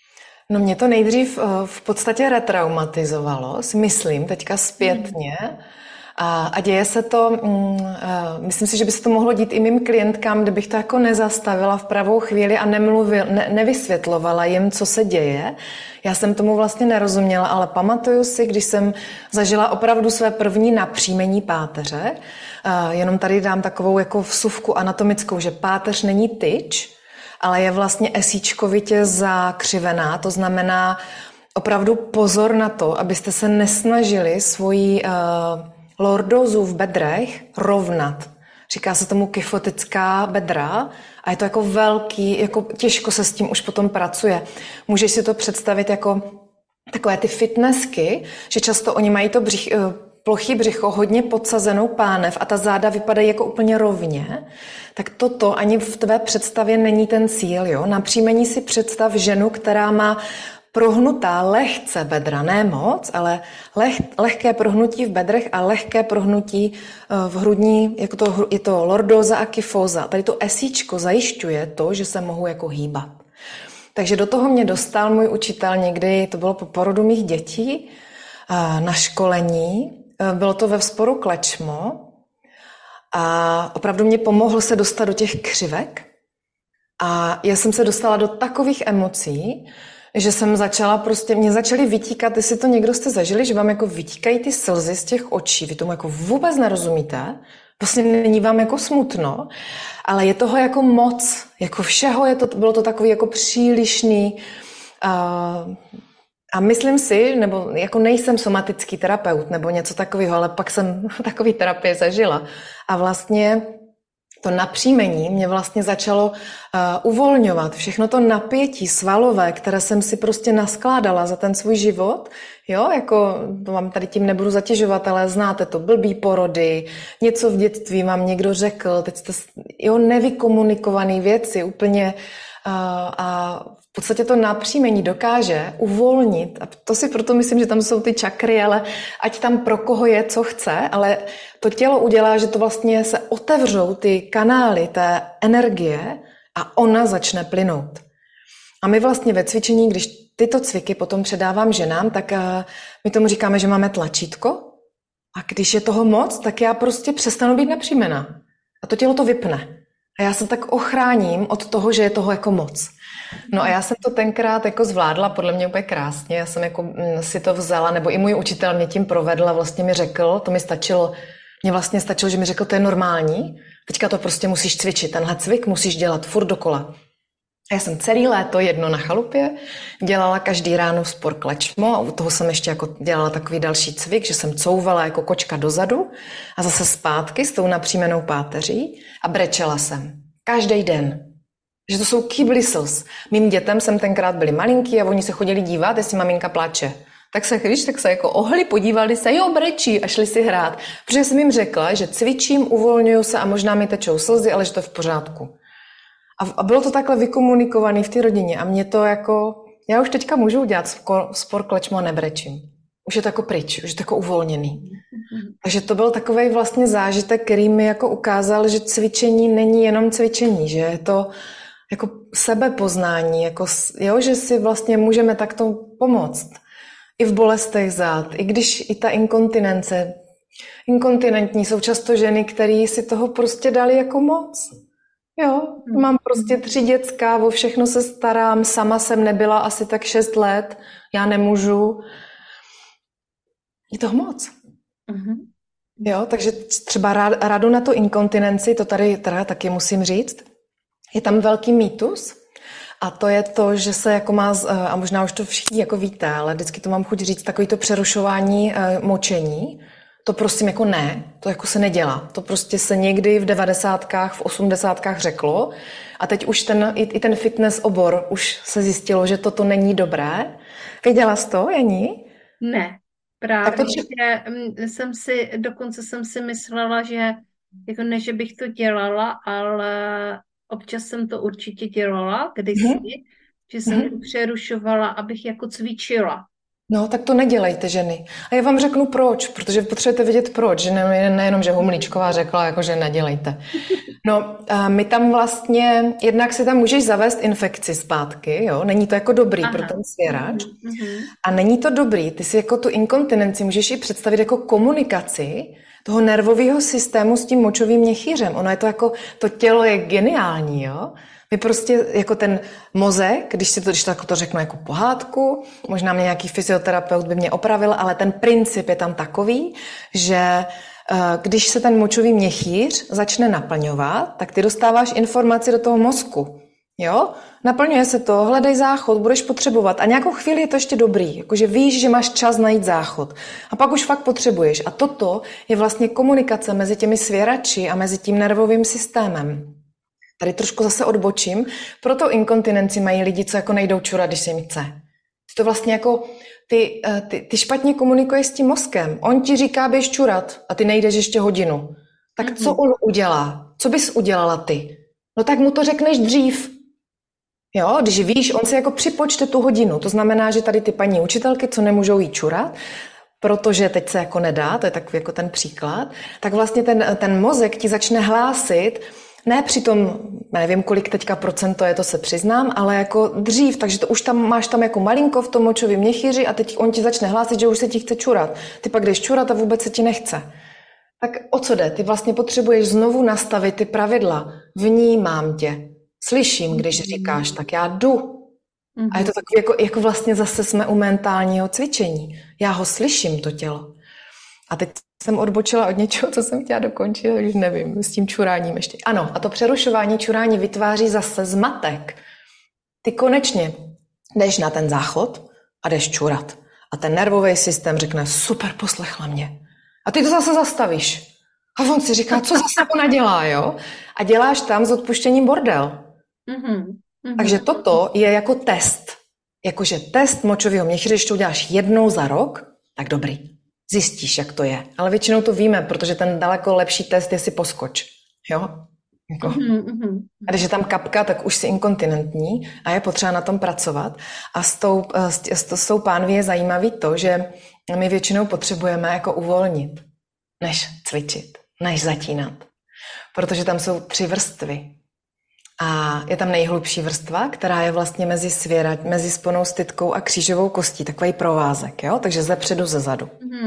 No mě to nejdřív v podstatě retraumatizovalo, si myslím, teďka zpětně. A děje se to, myslím si, že by se to mohlo dít i mým klientkám, kdybych to jako nezastavila v pravou chvíli a nevysvětlovala jim, co se děje. Já jsem tomu vlastně nerozuměla, ale pamatuju si, když jsem zažila opravdu své první napříjmení páteře, jenom tady dám takovou jako vsuvku anatomickou, že páteř není tyč, ale je vlastně esíčkovitě zakřivená, to znamená opravdu pozor na to, abyste se nesnažili svoji lordózu v bedrech rovnat. Říká se tomu kyfotická bedra a je to jako velký, jako těžko se s tím už potom pracuje. Můžeš si to představit jako takové ty fitnessky, že často oni mají to plochý břicho, hodně podsazenou pánev a ta záda vypadají jako úplně rovně, tak toto ani v tvé představě není ten cíl. Jo? Na příjmení si představ ženu, která má prohnutá lehce bedra, ne moc, ale lehké prohnutí v bedrech a lehké prohnutí v hrudní, jako je to lordóza a kyfóza. Tady to esíčko zajišťuje to, že se mohu jako hýbat. Takže do toho mě dostal můj učitel někdy, to bylo po porodu mých dětí, na školení. Bylo to ve Vzporu Klečmo a opravdu mě pomohl se dostat do těch křivek. A já jsem se dostala do takových emocí, že jsem začala prostě, mě začaly vytíkat, jestli to někdo jste zažili, že vám jako vytíkají ty slzy z těch očí, vy tomu jako vůbec nerozumíte, vlastně není vám jako smutno, ale je toho jako moc, jako všeho bylo to takový jako přílišný a myslím si, nebo jako nejsem somatický terapeut nebo něco takového, ale pak jsem takový terapie zažila a vlastně to napříjmení mě vlastně začalo uvolňovat. Všechno to napětí svalové, které jsem si prostě naskládala za ten svůj život, jo, jako to vám tady tím nebudu zatěžovat, ale znáte to, blbý porody, něco v dětství vám někdo řekl, teď jste, jo, nevykomunikované věci úplně a v podstatě to napříjmení dokáže uvolnit a to si proto myslím, že tam jsou ty čakry, ale ať tam pro koho je, co chce, ale to tělo udělá, že to vlastně se otevřou ty kanály té energie a ona začne plynout. A my vlastně ve cvičení, když tyto cviky potom předávám ženám, tak my tomu říkáme, že máme tlačítko a když je toho moc, tak já prostě přestanu být napříjmená. A to tělo to vypne. A já se tak ochráním od toho, že je toho jako moc. No a já jsem to tenkrát jako zvládla, podle mě úplně krásně. Já jsem jako si to vzala, nebo i můj učitel mě tím provedl a vlastně mi řekl, to mi stačilo, mně vlastně stačilo, že mi řekl, to je normální, teďka to prostě musíš cvičit, tenhle cvik musíš dělat furt dokola. A já jsem celý léto jedno na chalupě, dělala každý ráno Vzpor Klečmo a u toho jsem ještě jako dělala takový další cvik, že jsem couvala jako kočka dozadu a zase zpátky s tou napříjmenou páteří a brečela jsem. Každý den. Že to jsou kýbly slz. Mým dětem jsem tenkrát byli malinký a oni se chodili dívat, jestli maminka pláče. Tak se jako ohli, podívali se, jo, brečí a šli si hrát. Protože jsem jim řekla, že cvičím, uvolňuju se a možná mi tečou slzy, ale že to je v pořádku. A bylo to takhle vykomunikované v té rodině a mě to jako, já už teďka můžu udělat Vzpor Klečmo a nebrečím. Už je to jako pryč, už je to jako uvolněný. Takže to byl takovej vlastně zážitek, který mi jako ukázal, že cvičení není jenom cvičení, že je to jako sebepoznání, jako, jo, že si vlastně můžeme takto pomoct. I v bolestech zad, i když i ta inkontinence. Inkontinentní jsou často ženy, které si toho prostě dali jako moc. Jo, mám prostě 3 děcka, o všechno se starám, sama jsem nebyla asi tak 6 let, já nemůžu. Je toho moc. Jo, takže třeba radu na tu inkontinenci, to tady teda taky musím říct, je tam velký mýtus a to je to, že se jako má, a možná už to všichni jako víte, ale vždycky to mám chuť říct, takový to přerušování močení, to prosím jako ne, to jako se nedělá. To prostě se někdy v 90kách, v 80kách řeklo a teď už i ten fitness obor už se zjistilo, že toto není dobré. Věděla jsi to, Jani? Ne, právě, že dokonce jsem si myslela, že jako ne, že bych to dělala, ale občas jsem to určitě dělala kdysi, že jsem to přerušovala, abych jako cvičila. No, tak to nedělejte, ženy. A já vám řeknu proč, protože potřebujete vědět proč, že nejenom, že Humlíčková řekla, jako že nedělejte. No, my tam vlastně, jednak si tam můžeš zavést infekci zpátky, jo, není to jako dobrý pro ten svěrač. A není to dobrý, ty si jako tu inkontinenci můžeš i představit jako komunikaci toho nervového systému s tím močovým měchýřem. Ono je to jako, to tělo je geniální, jo. My prostě jako ten mozek, když to řeknu jako pohádku, možná mě nějaký fyzioterapeut by mě opravil, ale ten princip je tam takový, že když se ten močový měchýř začne naplňovat, tak ty dostáváš informaci do toho mozku. Jo? Naplňuje se to, hledej záchod, budeš potřebovat. A nějakou chvíli je to ještě dobrý, jakože víš, že máš čas najít záchod. A pak už fakt potřebuješ. A toto je vlastně komunikace mezi těmi svěrači a mezi tím nervovým systémem. Tady trošku zase odbočím. Proto inkontinenci mají lidi, co jako nejdou čurat, když se jim chce. To vlastně jako ty špatně komunikuješ s tím mozkem. On ti říká, běž čurat a ty nejdeš ještě hodinu. Tak co on udělá? Co bys udělala ty? No tak mu to řekneš dřív. Jo, když víš, on si jako připočte tu hodinu. To znamená, že tady ty paní učitelky, co nemůžou jít čurat, protože teď se jako nedá, to je takový jako ten příklad, tak vlastně ten mozek ti začne hlásit, ne přitom, nevím, kolik teďka procento je, to se přiznám, ale jako dřív, takže to už tam máš tam jako malinko v tom močovém měchýři a teď on ti začne hlásit, že už se ti chce čurat. Ty pak jdeš čurat a vůbec se ti nechce. Tak o co jde? Ty vlastně potřebuješ znovu nastavit ty pravidla. Vnímám tě. Slyším, když říkáš, tak já jdu. A je to takový, jako vlastně zase jsme u mentálního cvičení. Já ho slyším, to tělo. A teď jsem odbočila od něčeho, co jsem chtěla dokončit, už nevím, s tím čuráním ještě. Ano, a to přerušování čurání vytváří zase zmatek. Ty konečně jdeš na ten záchod a jdeš čurat. A ten nervový systém řekne, super, poslechla mě. A ty to zase zastavíš. A on si říká, co zase ona dělá, jo? A děláš tam s odpuštěním bordel. Takže toto je jako test. Jakože test močového měchýře, když to uděláš jednou za rok, tak dobrý. Zjistíš, jak to je. Ale většinou to víme, protože ten daleko lepší test je si poskoč. Jo? Jako. A když je tam kapka, tak už jsi inkontinentní a je potřeba na tom pracovat. A s tou pánví je zajímavý to, že my většinou potřebujeme jako uvolnit, než cvičit, než zatínat. Protože tam jsou 3 vrstvy. A je tam nejhlubší vrstva, která je vlastně mezi sponou stytkou a křížovou kostí, takový provázek, jo? Takže zepředu, zezadu.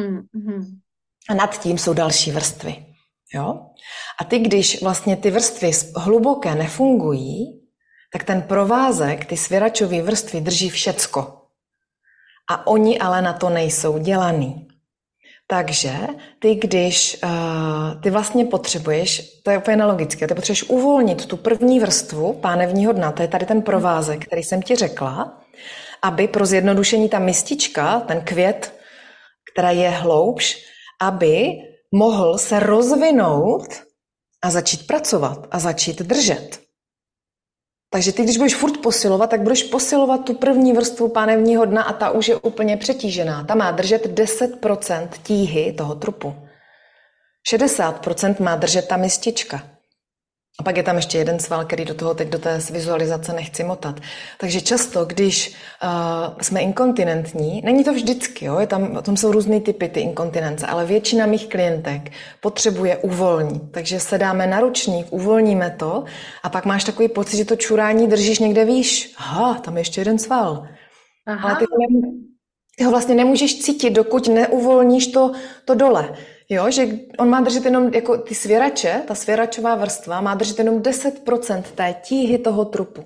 A nad tím jsou další vrstvy. Jo? A ty, když vlastně ty vrstvy hluboké nefungují, tak ten provázek, ty svěračové vrstvy drží všecko. A oni ale na to nejsou dělaný. Takže ty, když ty vlastně potřebuješ, to je úplně nelogické, ty potřebuješ uvolnit tu první vrstvu pánevního dna, to je tady ten provázek, který jsem ti řekla, aby pro zjednodušení ta mistička, ten květ, která je hloubš, aby mohl se rozvinout a začít pracovat a začít držet. Takže ty, když budeš furt posilovat, tak budeš posilovat tu první vrstvu pánevního dna a ta už je úplně přetížená. Ta má držet 10% tíhy toho trupu. 60% má držet ta mistička. A pak je tam ještě jeden sval, který do toho teď do té vizualizace nechci motat. Takže často, když jsme inkontinentní, není to vždycky, jo? Tam jsou různý typy ty inkontinence, ale většina mých klientek potřebuje uvolnit. Takže se dáme na ručník, uvolníme to a pak máš takový pocit, že to čurání držíš někde výš. Aha, tam je ještě jeden sval. Aha. Ale ty ho vlastně nemůžeš cítit, dokud neuvolníš to dole. Jo, že on má držet jenom, jako ty svěrače, ta svěračová vrstva má držet jenom 10% té tíhy toho trupu.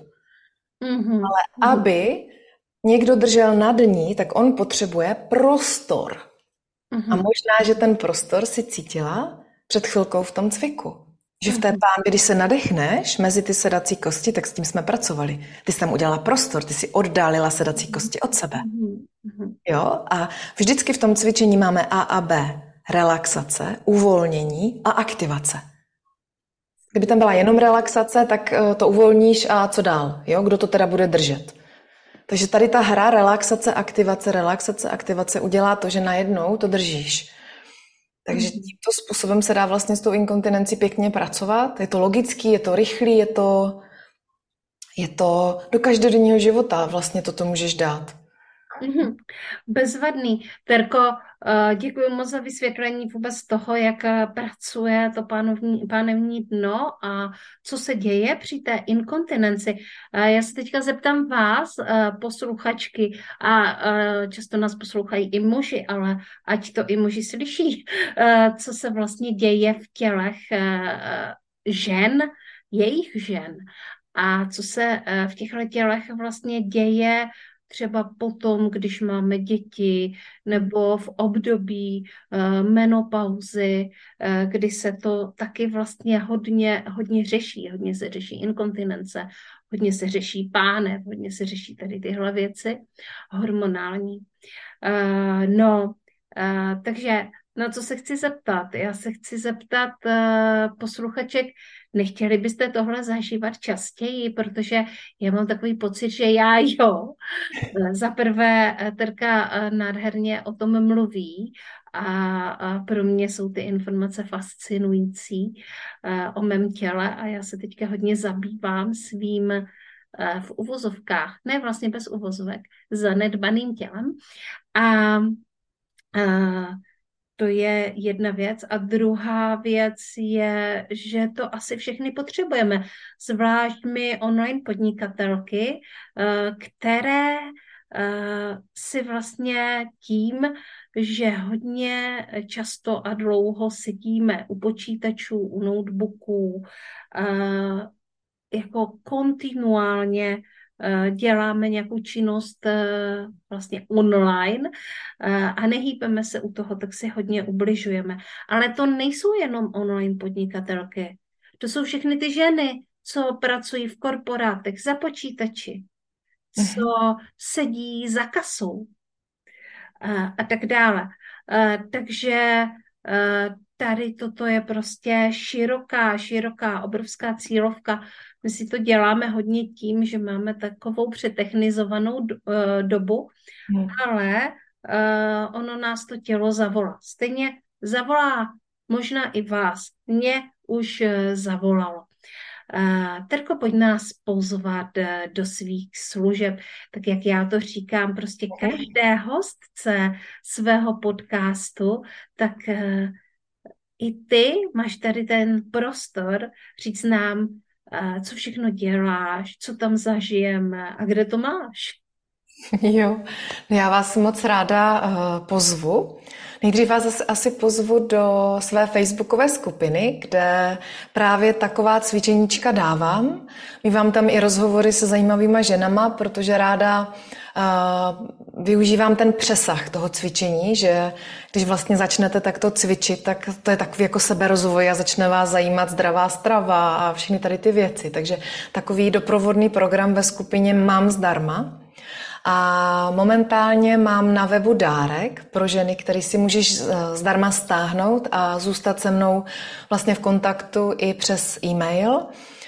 Ale aby někdo držel nad ní, tak on potřebuje prostor. A možná, že ten prostor si cítila před chvilkou v tom cviku. Že v té pánvi, když se nadechneš mezi ty sedací kosti, tak s tím jsme pracovali. Ty jsi tam udělala prostor, ty si oddálila sedací kosti od sebe. Jo, a vždycky v tom cvičení máme A a B. Relaxace, uvolnění a aktivace. Kdyby tam byla jenom relaxace, tak to uvolníš a co dál? Jo? Kdo to teda bude držet? Takže tady ta hra relaxace, aktivace udělá to, že najednou to držíš. Takže tímto způsobem se dá vlastně s tou inkontinencí pěkně pracovat. Je to logický, je to rychlý, je to do každodenního života vlastně toto můžeš dát. Bezvadný. Terko, děkuji moc za vysvětlení vůbec toho, jak pracuje to pánevní dno a co se děje při té inkontinenci. Já se teďka zeptám vás, posluchačky, a často nás poslouchají i muži, ale ať to i muži slyší, co se vlastně děje v tělech žen, jejich žen. A co se v těchto tělech vlastně děje třeba potom, když máme děti, nebo v období menopauzy, kdy se to taky vlastně hodně řeší. Hodně se řeší inkontinence, hodně se řeší pánev, hodně se řeší tady tyhle věci hormonální. Takže na co se chci zeptat? Já se chci zeptat posluchaček, nechtěli byste tohle zažívat častěji, protože já mám takový pocit, že já jo. Za prvé, Terka nádherně o tom mluví a pro mě jsou ty informace fascinující o mém těle a já se teďka hodně zabývám svým v uvozovkách, ne vlastně bez uvozovek, zanedbaným tělem. A to je jedna věc. A druhá věc je, že to asi všechny potřebujeme. Zvlášť my online podnikatelky, které si vlastně tím, že hodně často a dlouho sedíme u počítačů, u notebooků, jako kontinuálně děláme nějakou činnost vlastně online a nehýbeme se u toho, tak si hodně ubližujeme. Ale to nejsou jenom online podnikatelky. To jsou všechny ty ženy, co pracují v korporátech za počítači, co sedí za kasou a tak dále. Takže tady toto je prostě široká, obrovská cílovka. My si to děláme hodně tím, že máme takovou přetechnizovanou dobu, ale ono nás to tělo zavolá. Stejně zavolá možná i vás. Mě už zavolalo. Terko, pojď nás pozvat do svých služeb. Tak jak já to říkám, prostě každé hostce svého podcastu, tak i ty máš tady ten prostor říct nám, co všechno děláš, co tam zažijeme a kde to máš. Jo, já vás moc ráda pozvu. Nejdřív vás asi pozvu do své facebookové skupiny, kde právě taková cvičeníčka dávám. Mívám tam i rozhovory se zajímavýma ženama, protože ráda využívám ten přesah toho cvičení, že když vlastně začnete takto cvičit, tak to je takový jako seberozvoj a začne vás zajímat zdravá strava a všechny tady ty věci. Takže takový doprovodný program ve skupině mám zdarma. A momentálně mám na webu dárek pro ženy, který si můžeš zdarma stáhnout a zůstat se mnou vlastně v kontaktu i přes e-mail.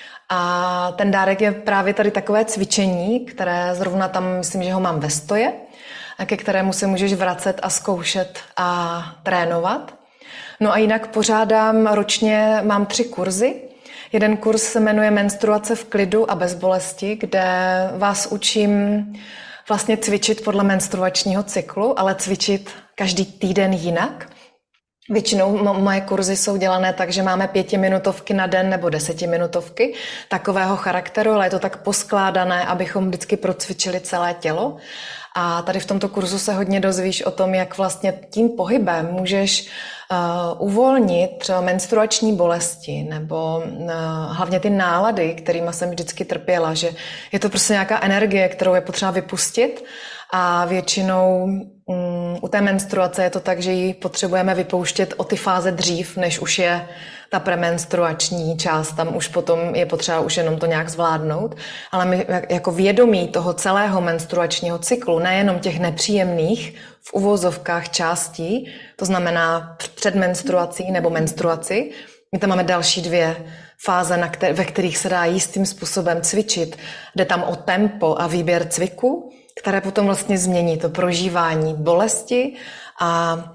A ten dárek je právě tady takové cvičení, které zrovna tam, myslím, že ho mám ve stoje, ke kterému se můžeš vracet a zkoušet a trénovat. No a jinak pořádám ročně, mám 3 kurzy. Jeden kurz se jmenuje Menstruace v klidu a bez bolesti, kde vás učím vlastně cvičit podle menstruačního cyklu, ale cvičit každý týden jinak. Většinou moje kurzy jsou dělané tak, že máme 5minutovky na den nebo 10minutovky takového charakteru, ale je to tak poskládané, abychom vždycky procvičili celé tělo. A tady v tomto kurzu se hodně dozvíš o tom, jak vlastně tím pohybem můžeš uvolnit třeba menstruační bolesti nebo hlavně ty nálady, kterými jsem vždycky trpěla, že je to prostě nějaká energie, kterou je potřeba vypustit a většinou u té menstruace je to tak, že ji potřebujeme vypouštět o ty fáze dřív, než už je ta premenstruační část, tam už potom je potřeba už jenom to nějak zvládnout, ale my jako vědomí toho celého menstruačního cyklu, nejenom těch nepříjemných v uvozovkách částí, to znamená před menstruací nebo menstruaci, my tam máme další 2 fáze, ve kterých se dá jistým způsobem cvičit. Jde tam o tempo a výběr cviku, které potom vlastně změní to prožívání bolesti a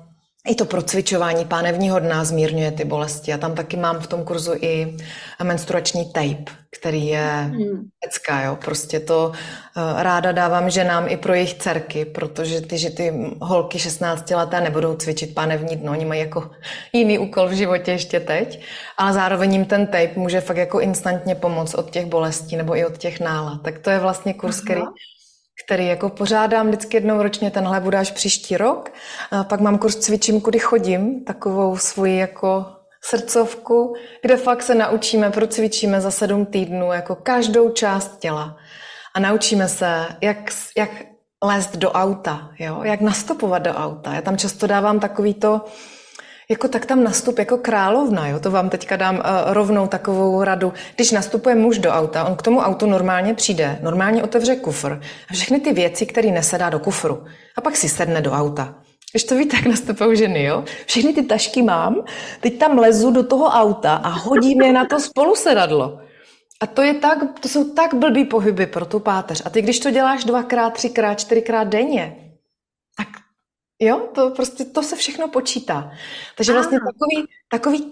I to procvičování pánevního dna zmírňuje ty bolesti. A tam taky mám v tom kurzu i menstruační tape, který je pecka, jo. Prostě to ráda dávám ženám i pro jejich dcerky, protože ty holky 16leté nebudou cvičit pánevní dno, oni mají jako jiný úkol v životě ještě teď, ale zároveň jim ten tape může fakt jako instantně pomoct od těch bolestí nebo i od těch nálad. Tak to je vlastně kurz, který jako pořádám vždycky jednou ročně, tenhle bude až příští rok. A pak mám kurz Cvičím, kudy chodím, takovou svoji jako srdcovku, kde fakt se naučíme, procvičíme za 7 týdnů jako každou část těla. A naučíme se, jak lézt do auta, jo? Jak nastupovat do auta. Já tam často dávám takovýto jako tak tam nastup jako královna, jo? To vám teďka dám rovnou takovou radu. Když nastupuje muž do auta, on k tomu autu normálně přijde, normálně otevře kufr a všechny ty věci, které nese, dá do kufru. A pak si sedne do auta. Když to víte, jak nastupují ženy, jo? Všechny ty tašky mám, teď tam lezu do toho auta a hodím je na to spolusedadlo. A to jsou tak blbý pohyby pro tu páteř. A ty, když to děláš 2x, 3x, 4x denně, tak jo, to se všechno počítá. Takže vlastně takový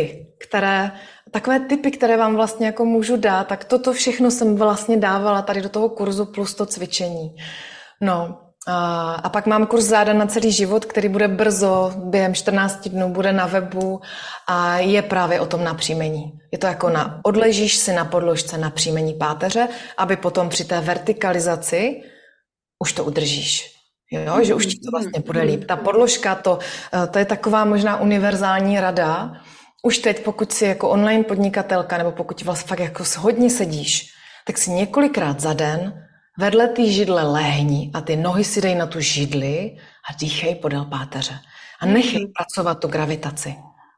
takové typy, které vám vlastně jako můžu dát, tak toto všechno jsem vlastně dávala tady do toho kurzu plus to cvičení. No, a pak mám kurz Záda na celý život, který bude brzo, během 14 dnů bude na webu a je právě o tom napříjmení. Je to jako odležíš si na podložce napříjmení páteře, aby potom při té vertikalizaci už to udržíš. Jo, že už ti to vlastně bude líp. Ta podložka, to je taková možná univerzální rada. Už teď, pokud si jako online podnikatelka, nebo pokud vlastně fakt jako hodně sedíš, tak si několikrát za den vedle té židle lehni a ty nohy si dej na tu židli a dýchej podél páteře. A nechej pracovat tu gravitaci.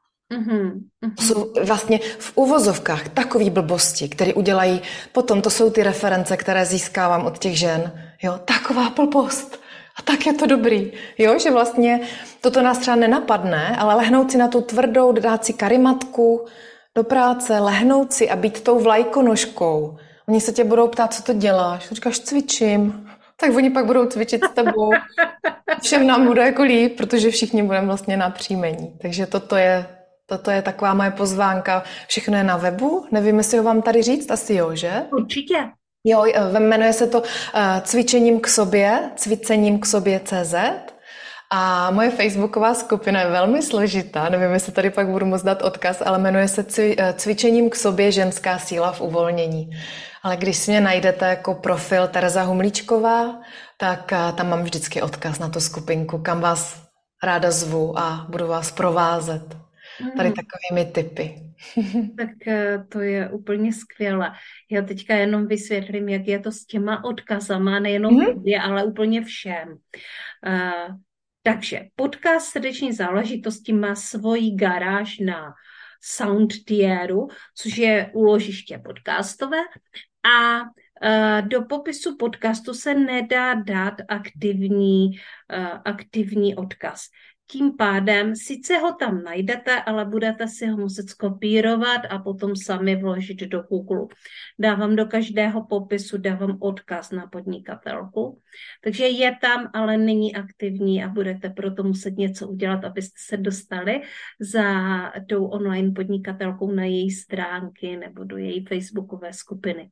To jsou vlastně v uvozovkách takový blbosti, které udělají potom, to jsou ty reference, které získávám od těch žen. Jo, taková blbost. A tak je to dobrý, jo, že vlastně toto nás třeba nenapadne, ale lehnout si na tu tvrdou, dát si karimatku do práce, lehnout si a být tou vlajkonožkou. Oni se tě budou ptát, co to děláš. Říkáš, cvičím. Tak oni pak budou cvičit s tebou. Všem nám bude jako líp, protože všichni budeme vlastně na příjmení. Takže toto je taková moje pozvánka. Všechno je na webu. Nevím, jestli ho vám tady říct, asi jo, že? Určitě. Jo, jmenuje se to Cvičením k sobě CZ a moje facebooková skupina je velmi složitá, nevím, jestli tady pak budu moct dát odkaz, ale jmenuje se Cvičením k sobě ženská síla v uvolnění. Ale když si mě najdete jako profil Tereza Humlíčková, tak tam mám vždycky odkaz na tu skupinku, kam vás ráda zvu a budu vás provázet tady takovými tipy. Tak to je úplně skvělé. Já teďka jenom vysvětlím, jak je to s těma odkazama, nejenom tobě, ale úplně všem. Takže podcast Srdeční záležitosti má svoji garáž na Soundtieru, což je úložiště podcastové a do popisu podcastu se nedá dát aktivní odkaz. Tím pádem sice ho tam najdete, ale budete si ho muset skopírovat a potom sami vložit do Google. Dávám do každého popisu, dávám odkaz na podnikatelku. Takže je tam, ale není aktivní a budete proto muset něco udělat, abyste se dostali za tou online podnikatelkou na její stránky nebo do její facebookové skupiny.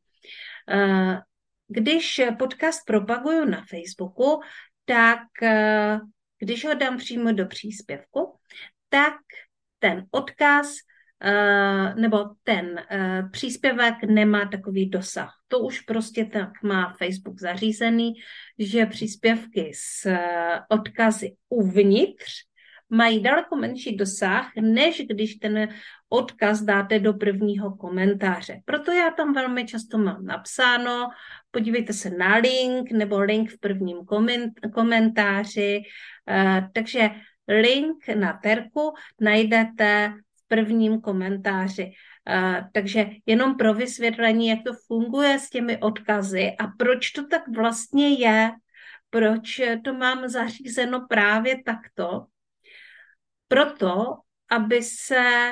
Když podcast propaguju na Facebooku, tak když ho dám přímo do příspěvku, tak ten odkaz nebo ten příspěvek nemá takový dosah. To už prostě tak má Facebook zařízený, že příspěvky s odkazy uvnitř mají daleko menší dosah, než když ten odkaz dáte do prvního komentáře. Proto já tam velmi často mám napsáno, podívejte se na link nebo link v prvním komentáři. Takže link na Terku najdete v prvním komentáři. Takže jenom pro vysvětlení, jak to funguje s těmi odkazy a proč to tak vlastně je, proč to mám zařízeno právě takto. Proto, aby se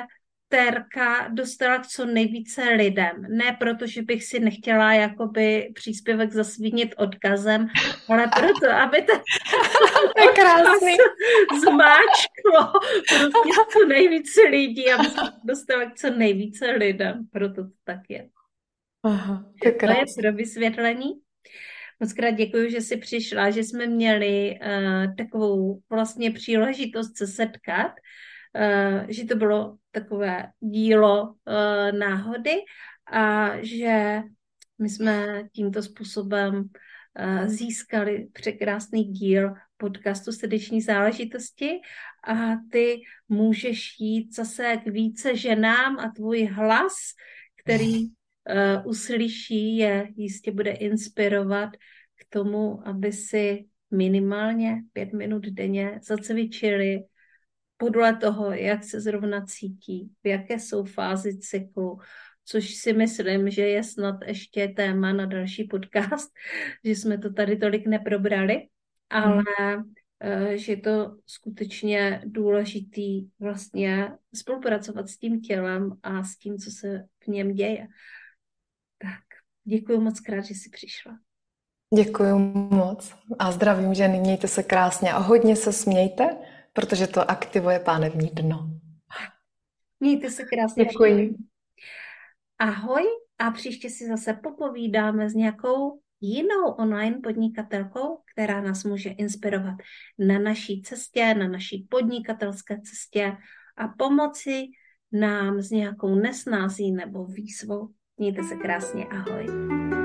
Terka dostala k co nejvíce lidem. Ne proto, že bych si nechtěla jakoby příspěvek zasvínit odkazem, ale proto, aby ten To je krásný. zmáčklo prostě co nejvíce lidí, aby se dostala k co nejvíce lidem. Proto to tak je. Aha, to je To je krásný. pro vysvětlení. Moc krát děkuji, že jsi přišla, že jsme měli takovou vlastně příležitost se setkat, že to bylo takové dílo náhody a že my jsme tímto způsobem získali překrásný díl podcastu Srdeční záležitosti a ty můžeš jít zase k více ženám a tvůj hlas, který uslyší, je jistě bude inspirovat k tomu, aby si minimálně 5 minut denně zacvičili podle toho, jak se zrovna cítí, v jaké jsou fázi cyklu, což si myslím, že je snad ještě téma na další podcast, že jsme to tady tolik neprobrali, ale že je to skutečně důležitý vlastně spolupracovat s tím tělem a s tím, co se v něm děje. Tak, děkuji moc krát, že jsi přišla. Děkuji moc a zdravím ženy, mějte se krásně a hodně se smějte, protože to aktivuje pánevní dno. Mějte se krásně. Děkuji. Ahoj a příště si zase popovídáme s nějakou jinou online podnikatelkou, která nás může inspirovat na naší cestě, na naší podnikatelské cestě a pomoci nám s nějakou nesnází nebo výzvou. Mějte se krásně, ahoj.